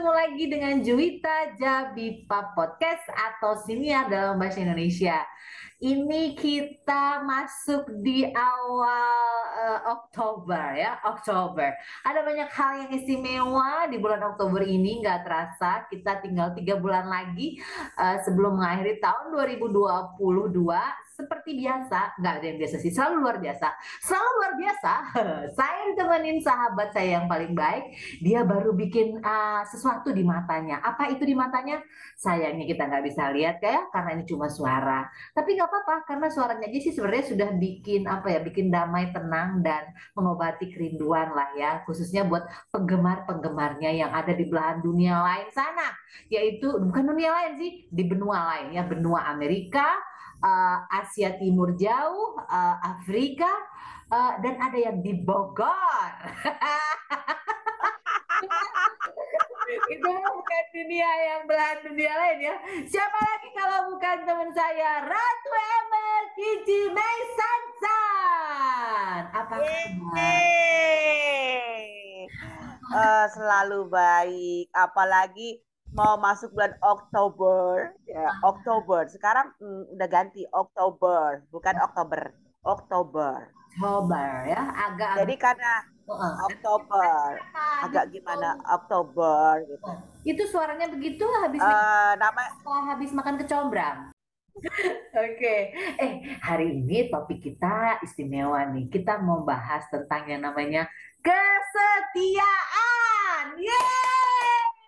ketemu lagi dengan Juwita Jabipa Podcast atau Siniar dalam Bahasa Indonesia. Ini kita masuk di awal Oktober ya, Oktober. Ada banyak hal yang istimewa di bulan Oktober ini, nggak terasa kita tinggal 3 bulan lagi sebelum mengakhiri tahun 2022. Seperti biasa, nggak ada yang biasa sih, selalu luar biasa. Selalu luar biasa, saya ditemenin sahabat saya yang paling baik. Dia baru bikin sesuatu di matanya. Apa itu di matanya? Sayangnya kita nggak bisa lihat ya, karena ini cuma suara. Tapi nggak apa-apa, karena suaranya aja sih sebenarnya sudah bikin apa ya, bikin damai, tenang dan mengobati kerinduan lah ya, khususnya buat penggemar-penggemarnya yang ada di belahan dunia lain sana, yaitu bukan dunia lain sih, di benua lain ya, benua Amerika, Asia Timur jauh, Afrika, dan ada yang di Bogor. Itu bukan dunia yang belahan dunia lain ya. Siapa lagi kalau bukan teman saya, Ratu Emel Cici Meisansan. Apa kabar? Yeay. Selalu baik, apalagi mau masuk bulan Oktober. Ya, Oktober. Sekarang udah ganti Oktober, bukan Oktober. Oktober. Oktober ya, Jadi agak-agak karena Oktober, agak gitu. gimana Oktober gitu. Itu suaranya begitu habis Nama habis makan kecombrang. Oke, hari ini topik kita istimewa nih. Kita mau bahas tentang yang namanya kesetiaan. Yeay!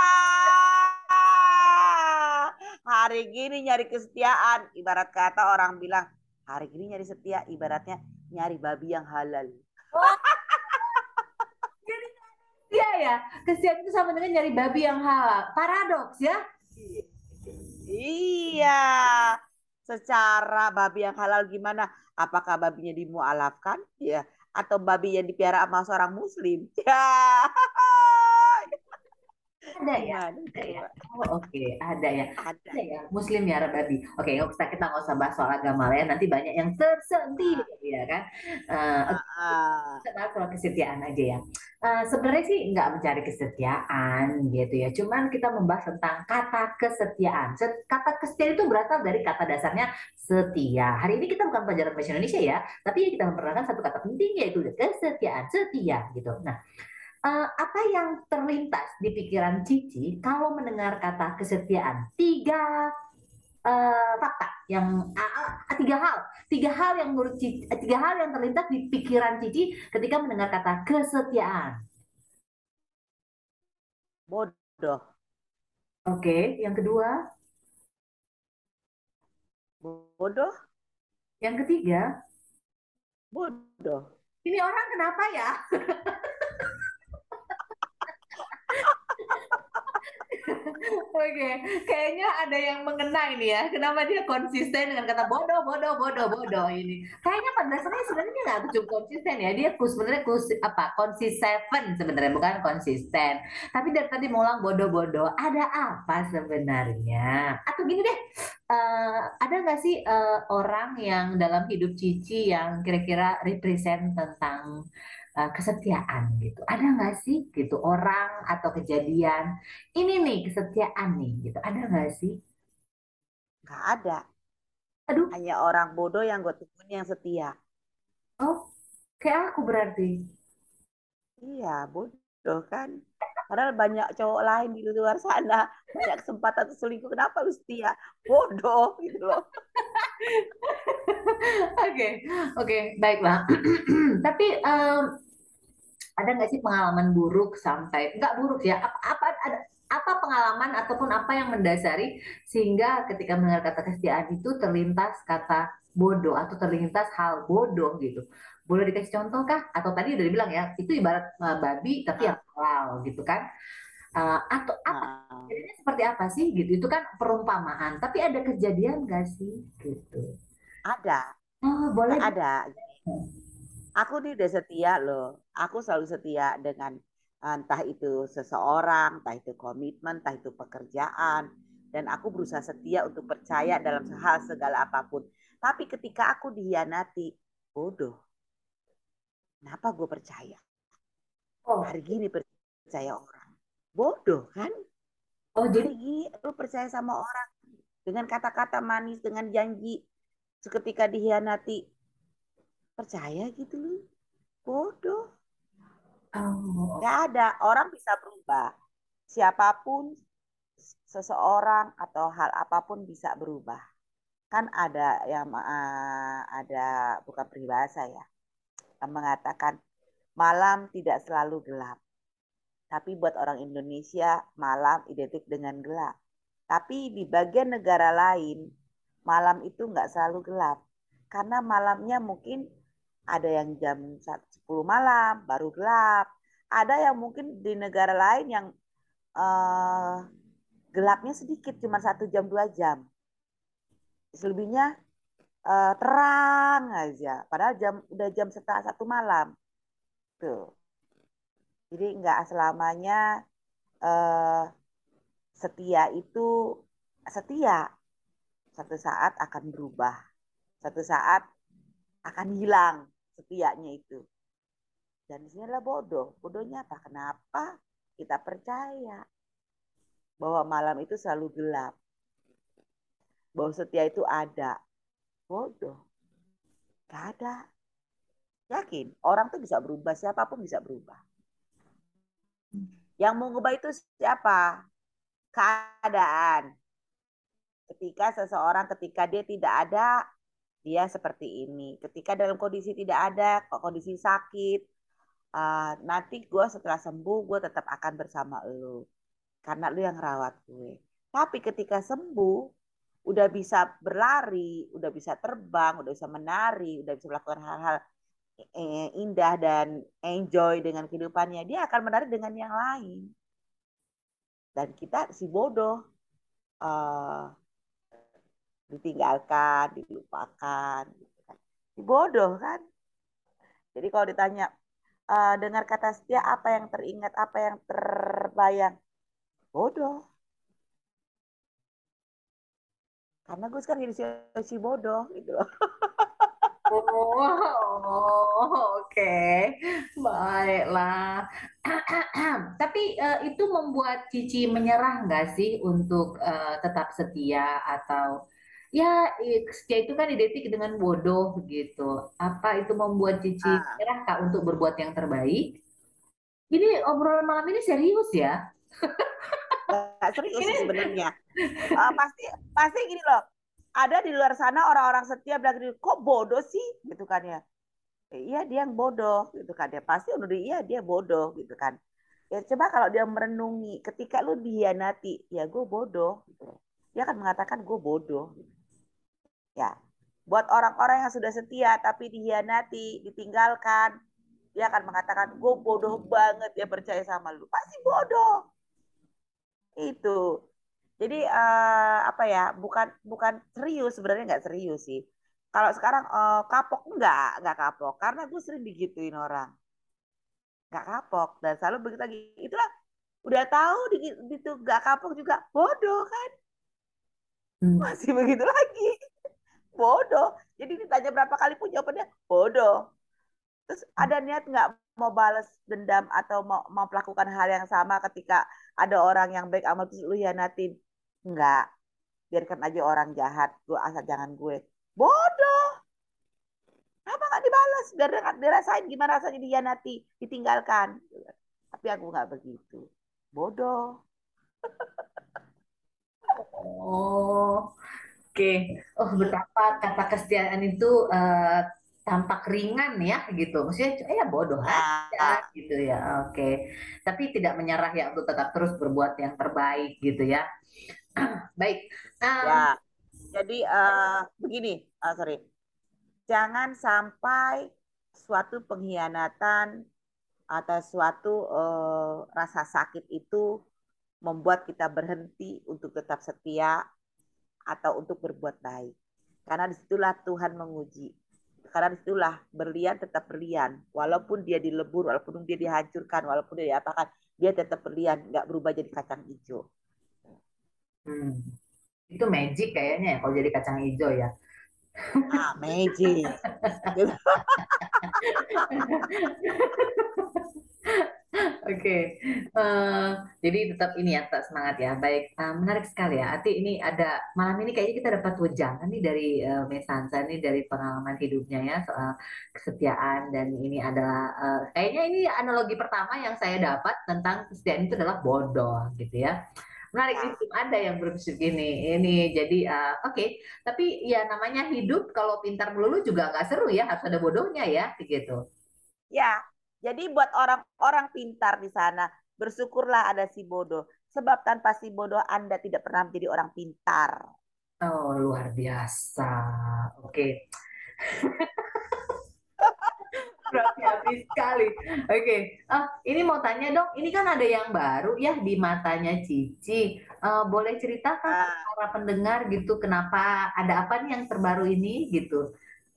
hari gini nyari kesetiaan, ibarat kata orang bilang hari gini nyari setia, ibaratnya nyari babi yang halal. Wah, jadi iya ya, kesetiaan itu sama dengan nyari babi yang halal. Paradoks ya. Iya, secara babi yang halal gimana? Apakah babinya dimualafkan? Ya, atau babi yang dipiara sama seorang muslim? Ya, Ada ya, gimana ada ya. coba? Oh, oke, ada ya. Ada. Ada ya, Muslim ya Rababi. Oke, kita nggak usah bahas soal agama lah ya. Nanti banyak yang tersentil, Ah, ya kan? Oke, ah, kita bahas soal kesetiaan aja ya. Sebenarnya sih nggak mencari kesetiaan gitu ya. Cuman kita membahas tentang kata kesetiaan. Kata kesetiaan itu berasal dari kata dasarnya setia. Hari ini kita bukan pelajaran bahasa Indonesia ya, tapi kita memperkenalkan satu kata penting yaitu kesetiaan, setia gitu. Nah, apa yang terlintas di pikiran Cici kalau mendengar kata kesetiaan? Fakta yang tiga hal yang menurut Cici, tiga hal yang terlintas di pikiran Cici ketika mendengar kata kesetiaan. bodoh, Oke, yang kedua, bodoh, yang ketiga, bodoh. ini orang kenapa ya? Oke, kayaknya ada yang mengena ini ya. Kenapa dia konsisten dengan kata bodoh, bodoh, bodoh, bodoh ini? Kayaknya pada dasarnya sebenarnya dia nggak cukup konsisten ya. Dia sebenarnya apa? Konsisten sebenarnya bukan konsisten. Tapi dari tadi mengulang bodoh, bodoh. Ada apa sebenarnya? Atau gini deh, ada nggak sih orang yang dalam hidup Cici yang kira-kira represent tentang kesetiaan gitu? Ada nggak sih gitu orang atau kejadian? Ini nih kesetiaan nih gitu. Ada nggak sih? Gak ada. Aduh, Hanya orang bodoh yang gue temuin yang setia. oh kayak aku berarti. Iya, bodoh kan. Padahal banyak cowok lain di luar sana. Banyak kesempatan untuk selingkuh. Kenapa lu setia? Bodoh gitu loh. Oke, oke, baiklah. Tapi ada nggak sih pengalaman buruk sampai nggak buruk ya? Apa pengalaman ataupun apa yang mendasari sehingga ketika mendengar kata kesetiaan itu terlintas kata bodoh atau terlintas hal bodoh gitu? Boleh dikasih contoh kah? Atau tadi udah dibilang ya, itu ibarat babi tapi yang Nah, halal gitu kan? Atau apa? nah, Jadinya seperti apa sih gitu? Itu kan perumpamaan. Tapi ada kejadian nggak sih gitu? ada. Oh, boleh. Ada. Aku nih udah setia loh. Aku selalu setia dengan entah itu seseorang, entah itu komitmen, entah itu pekerjaan. Dan aku berusaha setia untuk percaya dalam hal segala apapun. Tapi ketika aku dihianati, bodoh. Kenapa gue percaya? Oh, Hari gini percaya orang. Bodoh kan? Oh, Kali jadi gini lu percaya sama orang dengan kata-kata manis, dengan janji, seketika dihianati, percaya gitu lu? Bodoh. oh, Gak ada. Orang bisa berubah. Siapapun, seseorang atau hal apapun bisa berubah. Kan ada yang ada bukan peribahasa ya, yang mengatakan malam tidak selalu gelap. Tapi buat orang Indonesia, malam identik dengan gelap. Tapi di bagian negara lain, malam itu nggak selalu gelap. Karena malamnya mungkin ada yang jam 10 malam baru gelap. Ada yang mungkin di negara lain yang eh, gelapnya sedikit, cuma 1 jam 2 jam. Selebihnya terang aja. Padahal udah jam setengah 1 malam. Tuh. Jadi nggak selamanya eh, setia itu setia. Satu saat akan berubah. Satu saat akan hilang setianya itu. Dan di sini adalah bodoh. Bodohnya apa? Kenapa kita percaya bahwa malam itu selalu gelap? Bahwa setia itu ada. Bodoh. Gak ada. Yakin, orang tuh bisa berubah. Siapapun bisa berubah. Yang mau ngubah itu siapa? Keadaan. Ketika dia tidak ada, dia seperti ini. Ketika dalam kondisi tidak ada, kondisi sakit, nanti gue setelah sembuh, gue tetap akan bersama lu. Karena lu yang rawat gue. Tapi ketika sembuh, udah bisa berlari, udah bisa terbang, udah bisa menari, udah bisa melakukan hal-hal indah dan enjoy dengan kehidupannya, dia akan menari dengan yang lain. Dan kita si bodoh uh, ditinggalkan, dilupakan, gitu kan. Si bodoh kan. Jadi kalau ditanya dengar kata setia apa yang teringat, apa yang terbayang, bodoh. Karena gue sekarang jadi si bodoh gitu loh. oh, oke, baiklah. Tapi itu membuat Cici menyerah nggak sih untuk tetap setia atau ya setia itu kan identik dengan bodoh gitu. Apa itu membuat Cici Ah, menyerah Kak untuk berbuat yang terbaik? Ini obrolan malam ini serius ya? gak serius sih Ini sebenarnya. Pasti pasti gini loh. Ada di luar sana orang-orang setia bilang gini, kok bodoh sih gitu kan ya. Iya dia yang bodoh gitu kan ya. Pasti udah iya dia bodoh gitu kan. Ya coba kalau dia merenungi ketika lu dihianati, ya gue bodoh gitu. Dia akan mengatakan gue bodoh. Ya. Buat orang-orang yang sudah setia tapi dihianati, ditinggalkan, dia akan mengatakan gue bodoh banget dia percaya sama lu. Pasti bodoh. Itu. Jadi apa ya? Bukan bukan serius sebenarnya nggak serius sih. Kalau sekarang kapok nggak kapok karena gue sering digituin orang. Nggak kapok dan selalu begitu lagi. Itulah udah tahu gitu nggak kapok juga bodoh kan Hmm. masih begitu lagi bodoh. Jadi ditanya berapa kali pun jawabannya bodoh. Terus ada niat nggak mau balas dendam atau mau melakukan hal yang sama ketika ada orang yang baik amal terus lu hianatin? Nggak. Biarkan aja orang jahat. Gue asal jangan gue. Bodoh. Kenapa nggak dibalas? Biar dirasain gimana rasanya dihianati, ditinggalkan. Tapi aku nggak begitu. Bodoh. Oh, oke. Oh, betapa kata kesetiaan itu tampak ringan ya gitu. Maksudnya ya bodoh aja Ya, gitu ya. Oke. Tapi tidak menyerah ya untuk tetap terus berbuat yang terbaik gitu ya. Baik. ya. Em, Jadi begini, sorry. Jangan sampai suatu pengkhianatan atau suatu rasa sakit itu membuat kita berhenti untuk tetap setia atau untuk berbuat baik. Karena disitulah Tuhan menguji. Karena disitulah berlian tetap berlian. Walaupun dia dilebur, walaupun dia dihancurkan, walaupun dia diapakan, dia tetap berlian, nggak berubah jadi kacang hijau. hmm, itu magic kayaknya ya kalau jadi kacang hijau ya. Ah, magic. Gitu. Oke, Oke, Eh, jadi tetap ini ya, tetap semangat ya. Baik, menarik sekali ya. Ati ini ada malam ini kayaknya kita dapat wejangan nih dari Mesansa nih dari pengalaman hidupnya ya soal kesetiaan dan ini adalah kayaknya ini analogi pertama yang saya dapat tentang kesetiaan itu adalah bodoh gitu ya. Menarik nih Ya, belum ada yang berpikir gini. Ini jadi oke. Tapi ya namanya hidup kalau pintar melulu juga nggak seru ya, harus ada bodohnya ya, gitu. ya. Jadi buat orang-orang pintar di sana, bersyukurlah ada si bodoh. Sebab tanpa si bodoh Anda tidak pernah menjadi orang pintar. Oh, luar biasa. Oke. Berapi-api sekali. Oke, ini mau tanya dong, ini kan ada yang baru ya di matanya Cici. Boleh ceritakan ke Ah, para pendengar gitu, kenapa ada apa nih yang terbaru ini gitu?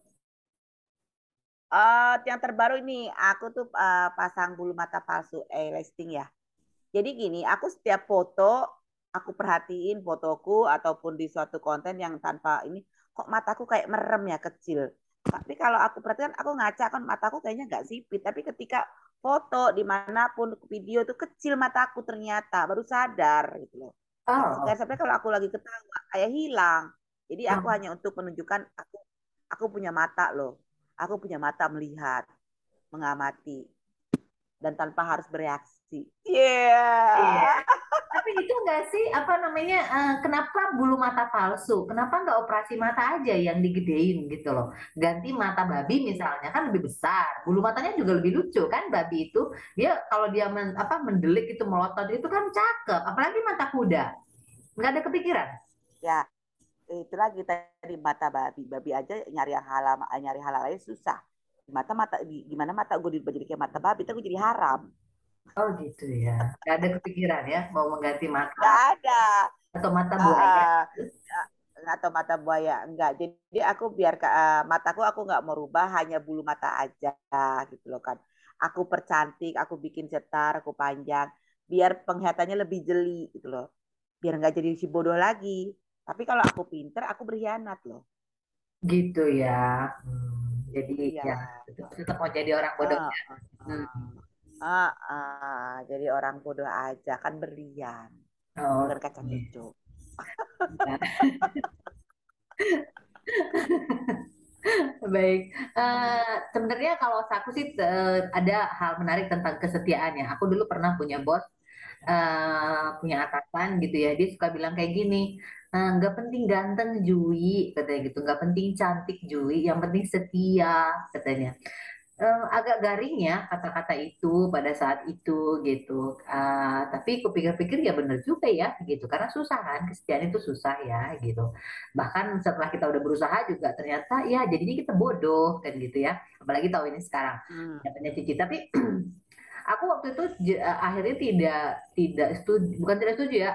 yang terbaru ini, aku tuh pasang bulu mata palsu, listing ya. Jadi gini, aku setiap foto, aku perhatiin fotoku ataupun di suatu konten yang tanpa ini, kok mataku kayak merem ya kecil. Tapi kalau aku perhatikan, aku ngaca kan mataku kayaknya nggak sipit. Tapi ketika foto dimanapun video tuh kecil mataku ternyata baru sadar gitu loh. Oh, Kayak sampai kalau aku lagi ketawa kayak hilang. Jadi aku oh, hanya untuk menunjukkan aku punya mata loh. Aku punya mata melihat, mengamati dan tanpa harus bereaksi. iya. Yeah. Tapi itu enggak sih, apa namanya, kenapa bulu mata palsu? Kenapa nggak operasi mata aja yang digedein gitu loh? Ganti mata babi misalnya, kan lebih besar. Bulu matanya juga lebih lucu kan, babi itu. Dia kalau dia mendelik itu, melotot itu kan cakep. Apalagi mata kuda. Nggak ada kepikiran. Ya, itu lagi tadi mata babi. Babi aja nyari halal aja susah. Gimana mata gue jadi kayak mata babi, itu gue jadi haram. Oh gitu ya. Nggak ada kepikiran ya, mau mengganti mata Gak ada. atau mata buaya. Uh, atau mata buaya enggak. Jadi aku biar mataku aku nggak mau rubah, hanya bulu mata aja gitu loh kan. Aku percantik, aku bikin cetar, aku panjang, biar penglihatannya lebih jeli gitu loh. Biar nggak jadi si bodoh lagi. Tapi kalau aku pinter, aku berkhianat loh. Gitu ya. Jadi Iya. ya tetap mau jadi orang bodoh. Ah, Hmm. jadi orang bodoh aja kan berlian, bukan kacang Oke. hijau. Ya. Baik. Sebenarnya kalau aku sih ada hal menarik tentang kesetiaan ya. Aku dulu pernah punya bos, punya atasan gitu ya. Dia suka bilang kayak gini, nggak penting ganteng Jui katanya gitu, nggak penting cantik Jui, yang penting setia katanya. Agak garing ya kata-kata itu pada saat itu gitu. Tapi kupikir-pikir ya bener juga ya gitu, karena susah kan, kesetiaan itu susah ya gitu. Bahkan setelah kita udah berusaha juga ternyata ya jadinya kita bodoh kan gitu ya. Apalagi tahu ini sekarang Hmm. dapetnya Cici. Tapi aku waktu itu akhirnya tidak setuju, bukan tidak setuju ya,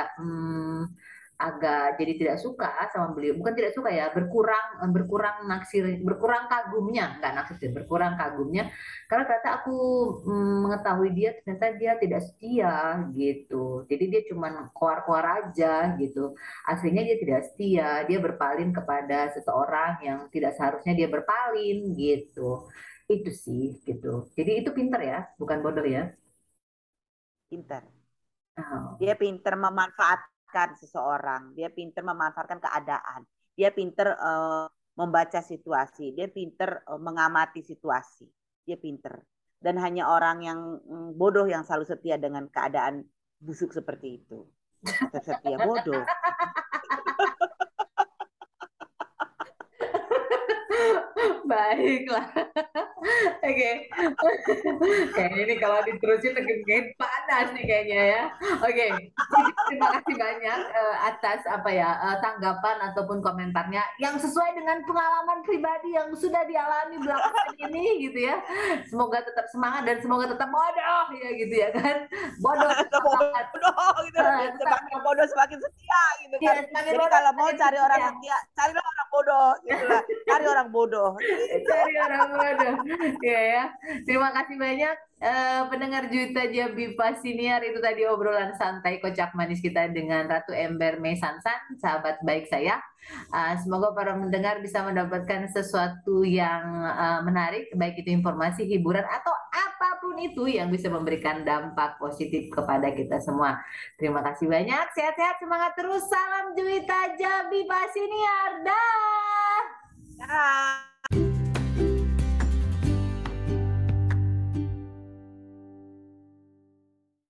agak jadi tidak suka sama beliau. Bukan tidak suka ya, berkurang naksir, berkurang kagumnya, nggak naksir, berkurang kagumnya karena ternyata aku mengetahui dia ternyata dia tidak setia gitu. Jadi dia cuma koar-koar aja gitu. Aslinya dia tidak setia, dia berpaling kepada seseorang yang tidak seharusnya dia berpaling gitu. Itu sih gitu. Jadi itu pinter ya, bukan bodoh ya. Pinter. Oh, Dia pinter memanfaatkan seseorang. Dia pinter memanfaatkan keadaan. Dia pinter membaca situasi. Dia pinter mengamati situasi. Dia pinter. Dan hanya orang yang bodoh yang selalu setia dengan keadaan busuk seperti itu. Tetap setia bodoh. baiklah. Oke. Kayaknya ini kalau diterusin makin panas nih kayaknya ya. Oke. Cici, terima kasih banyak atas apa ya, tanggapan ataupun komentarnya yang sesuai dengan pengalaman pribadi yang sudah dialami belakangan ini gitu ya. Semoga tetap semangat dan semoga tetap bodoh ya gitu ya kan. Bodoh tetap semangat. Bodoh gitu. Tetap Semakin bodoh semakin setia gitu ya, kan. semakin Jadi bodoh kalau mau semakin cari orang setia. setia, carilah orang bodoh gitu lah. Cari orang bodoh gitu. Cari orang bodoh. Ya ya. Terima kasih banyak pendengar Juta Jabi Siniar, itu tadi obrolan santai kocak manis kita dengan Ratu Ember Mesansan, sahabat baik saya. Semoga para mendengar bisa mendapatkan sesuatu yang menarik, baik itu informasi, hiburan, atau apapun itu yang bisa memberikan dampak positif kepada kita semua. Terima kasih banyak, sehat-sehat, semangat terus, salam Juwita Jabi Pasiniar, dah. Dah.